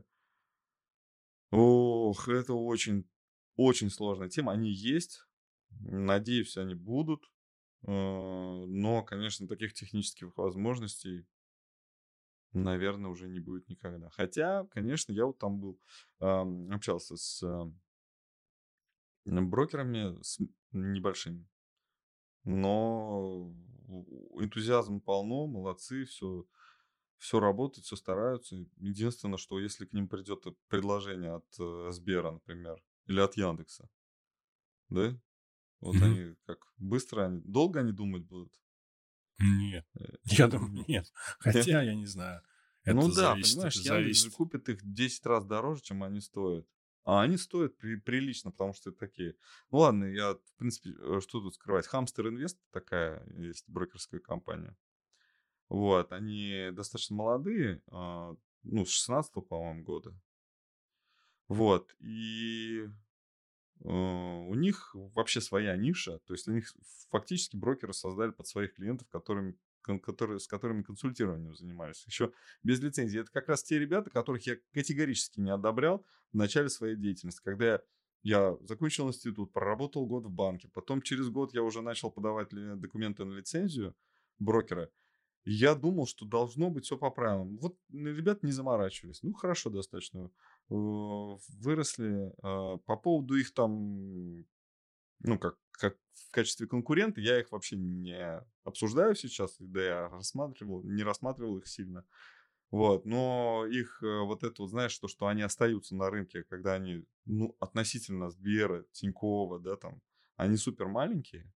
ох, это очень, очень сложная тема. Они есть, надеюсь, они будут, но, конечно, таких технических возможностей, наверное, уже не будет никогда. Хотя, конечно, я вот там был, общался с брокерами с небольшими, но энтузиазм полно, молодцы, все работает, все стараются. Единственное, что если к ним придет предложение от Сбера, например, или от Яндекса, да, вот Мгм. они как быстро, долго они думать будут? Нет, я думаю, нет. Хотя, я не знаю. Ну Это да, зависит, понимаешь, Яндекс же зависит. купит их 10 раз дороже, чем они стоят. А они стоят прилично, потому что это такие. Ну ладно, я, в принципе, что тут скрывать? Хамстер Инвест такая есть брокерская компания. Вот, они достаточно молодые, ну, с 16-го, по-моему, года. Вот, и у них вообще своя ниша, то есть у них фактически брокеры создали под своих клиентов, с которыми консультированием занимались. Еще без лицензии. Это как раз те ребята, которых я категорически не одобрял в начале своей деятельности. Когда я закончил институт, проработал год в банке, потом через год я уже начал подавать документы на лицензию брокера. Я думал, что должно быть все по правилам. Вот ребята не заморачивались. Ну, хорошо достаточно. Выросли. По поводу их там, ну, как в качестве конкурента, я их вообще не обсуждаю сейчас. Да, я не рассматривал их сильно. Вот, но их вот это вот, знаешь, то, что они остаются на рынке, когда они, ну, относительно Сбера, Тинькова, да, там, они супер маленькие.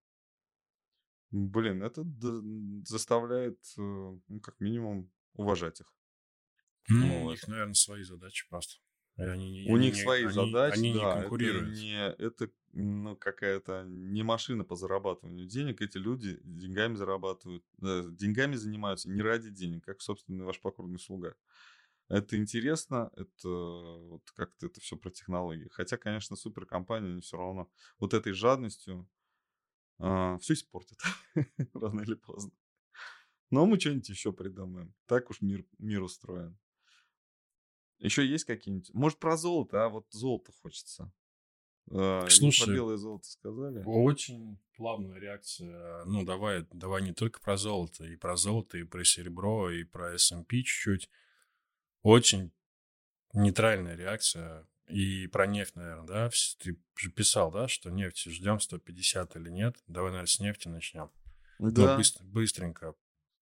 Блин, это заставляет, ну, как минимум, уважать их. Ну, у Вот. них, наверное, свои задачи просто. И У них свои задачи, они не да, конкурируют. это, ну, какая-то не машина по зарабатыванию денег. Эти люди деньгами зарабатывают, деньгами занимаются не ради денег, как, собственно, ваш покорный слуга. Это интересно, это вот как-то это все про технологии. Хотя, конечно, суперкомпании, они все равно вот этой жадностью все испортят рано или поздно. Но мы что-нибудь еще придумаем. Так уж мир устроен. Еще есть какие-нибудь? Может, про золото, вот золото хочется. Мы про Слушай, белое золото сказали. очень плавная реакция. Ну, давай не только про золото, и про серебро, и про S&P чуть-чуть. Очень нейтральная реакция. И про нефть, наверное, да? Ты же писал, да, что нефть ждем 150 или нет? Давай, наверное, с нефти начнем. Ну, Да. быстренько.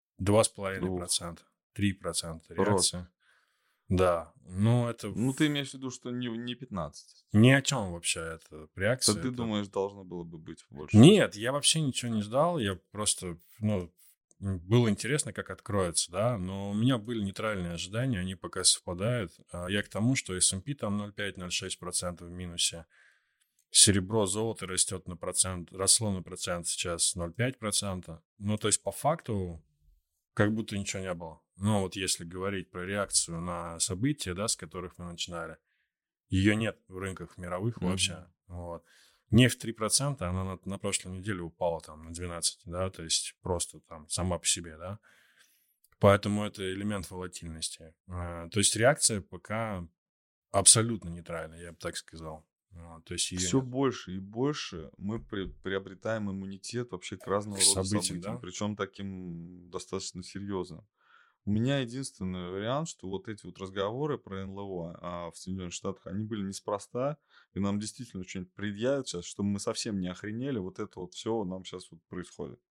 Ух, 2,5%, 3% рост. реакция. Да, ну это Ну, ты имеешь в виду, что не 15. ни о чем вообще эта То реакция. ты Это... думаешь, должно было бы быть больше. Нет, я вообще ничего не ждал, я просто, ну, было интересно, как откроется, да, но у меня были нейтральные ожидания, они пока совпадают. Я к тому, что S&P там 0,5-0,6% в минусе, серебро, золото растет на процент, росло на процент сейчас 0,5%. Ну, то есть по факту как будто ничего не было. Ну, вот если говорить про реакцию на события, да, с которых мы начинали, ее нет в рынках мировых Мгм. вообще. Вот. Нефть 3%, она на прошлой неделе упала там на 12, да, то есть просто там сама по себе, да. Поэтому это элемент волатильности. То есть реакция пока абсолютно нейтральная, я бы так сказал. То есть ее Все нет. больше и больше мы приобретаем иммунитет вообще к разного К рода событиям, событиям, да? причем таким достаточно серьезным. У меня единственный вариант, что вот эти вот разговоры про НЛО в Соединенных Штатах, они были неспроста, и нам действительно что-нибудь предъявят сейчас, чтобы мы совсем не охренели, вот это вот все нам сейчас вот происходит.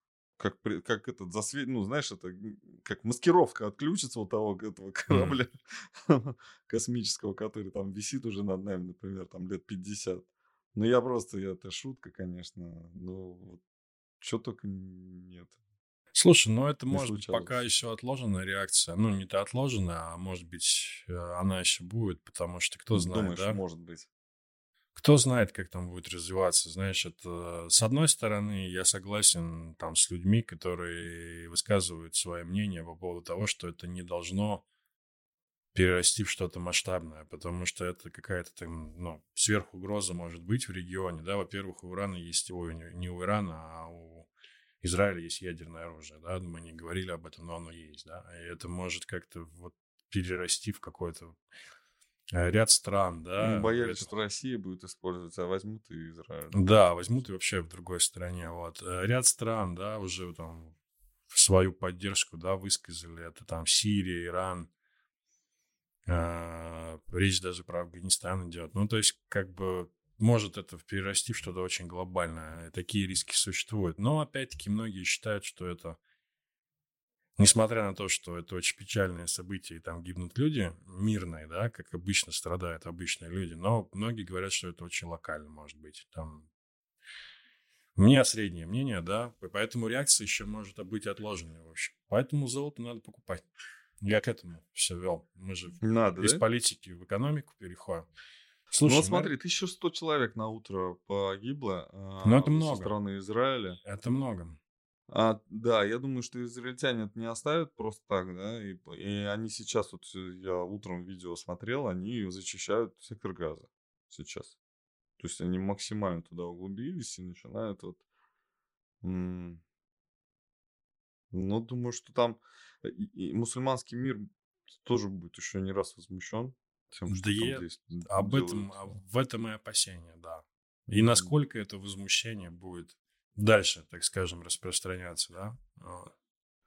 Как этот засвет, ну, знаешь, это как маскировка отключится у того этого Мгм. корабля космического, который там висит уже над нами, например, там лет 50. Ну, это шутка, конечно, но вот что только нет, Слушай, ну это не может быть пока случалось. еще отложенная реакция. Ну, не то отложенная, а может быть она еще будет, потому что кто знает, Думаешь, да? может быть. Кто знает, как там будет развиваться. Знаешь, это с одной стороны, я согласен там с людьми, которые высказывают свое мнение по поводу того, что это не должно перерасти в что-то масштабное, потому что это какая-то там, ну, сверхугроза может быть в регионе, да. Во-первых, у Ирана есть, ой, не у Ирана, а у Израиля есть ядерное оружие, да. Мы не говорили об этом, но оно есть, да. И это может как-то вот перерасти в какой-то ряд стран, да. Боялись, что Россия будет использовать, а возьмут и Израиль, да, Да, возьмут используют. и вообще в другой стране. Вот. Ряд стран, да, уже там свою поддержку, да, высказали. Это там Сирия, Иран. Речь даже про Афганистан идет. Ну, то есть, как бы, может это перерасти в что-то очень глобальное. Такие риски существуют. Но, опять-таки, многие считают, что это, несмотря на то, что это очень печальное событие, и там гибнут люди мирные, да, как обычно страдают обычные люди, но многие говорят, что это очень локально может быть. Там У меня среднее мнение, да, поэтому реакция еще может быть отложенной, в общем. Поэтому золото надо покупать. Я к этому все вел. Мы же Надо, из да? политики в экономику переходим. Ну вот Слушай, смотри, 1100 человек на утро погибло ну это со много. стороны Израиля. Это много. Да, я думаю, что израильтяне это не оставят просто так, да, и они сейчас, вот я утром видео смотрел, они зачищают сектор газа сейчас. То есть они максимально туда углубились и начинают вот, м, ну, думаю, что там и мусульманский мир тоже будет еще не раз возмущен тем, Да что там я здесь об этом, делают. в этом и опасения, да. И Мгм. насколько это возмущение будет дальше, так скажем, распространяться, да? Вот.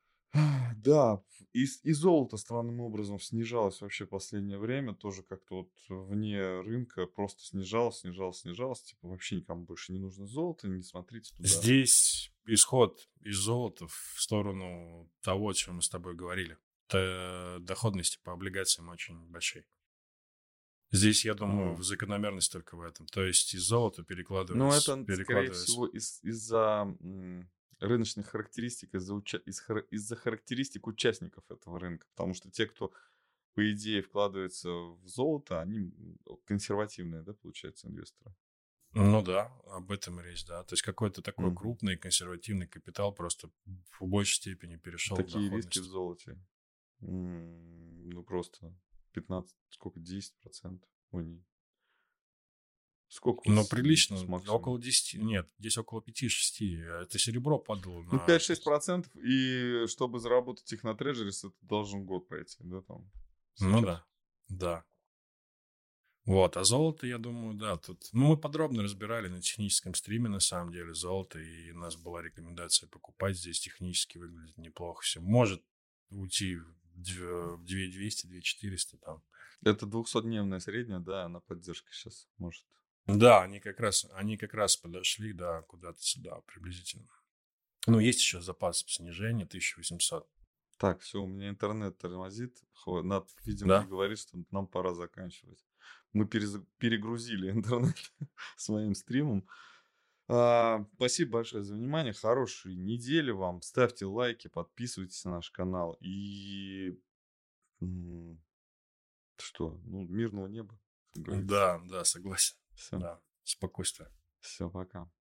Да, и золото странным образом снижалось вообще в последнее время, тоже как-то вот вне рынка просто снижалось. Типа вообще никому больше не нужно золото, не смотрите туда. Здесь исход из золота в сторону того, о чем мы с тобой говорили. Доходности по облигациям очень большие. Здесь, я думаю, А, закономерность только в этом. То есть из золота Ну, перекладывается, это, скорее перекладывается. всего, из-за рыночных характеристик, из-за характеристик участников этого рынка. Потому что те, кто, по идее, вкладывается в золото, они консервативные, да, получается, инвесторы. Ну да, об этом и речь, да. То есть какой-то такой Мгм. крупный консервативный капитал просто в большей степени перешел в Такие риски в доходность. золоте. Ну, просто 15, сколько, 10%. Ой, сколько у Но вас сейчас прилично, максимум? около 10, нет, здесь около 5-6. Это серебро падало Ну, на... 5-6%, и чтобы заработать их на трежерис, это должен год пройти, да, там, Ну сейчас. да, да. Вот, а золото, я думаю, да, тут... Ну, мы подробно разбирали на техническом стриме, на самом деле, золото, и у нас была рекомендация покупать здесь, технически выглядит неплохо все. Может уйти в 2200, 2400 там. Это 200-дневная средняя, да, она поддержка сейчас может. Да, они как раз подошли, да, куда-то сюда приблизительно. Ну, есть еще запас снижения 1800, Так, все, у меня интернет тормозит. Надо, видимо, мне да? говорит, что нам пора заканчивать. Мы перегрузили интернет с моим стримом. Спасибо большое за внимание. Хорошей недели вам. Ставьте лайки, подписывайтесь на наш канал. И м, что? Ну, мирного неба, как говорится. Да, да, согласен. Все, Да, спокойствие. все, пока.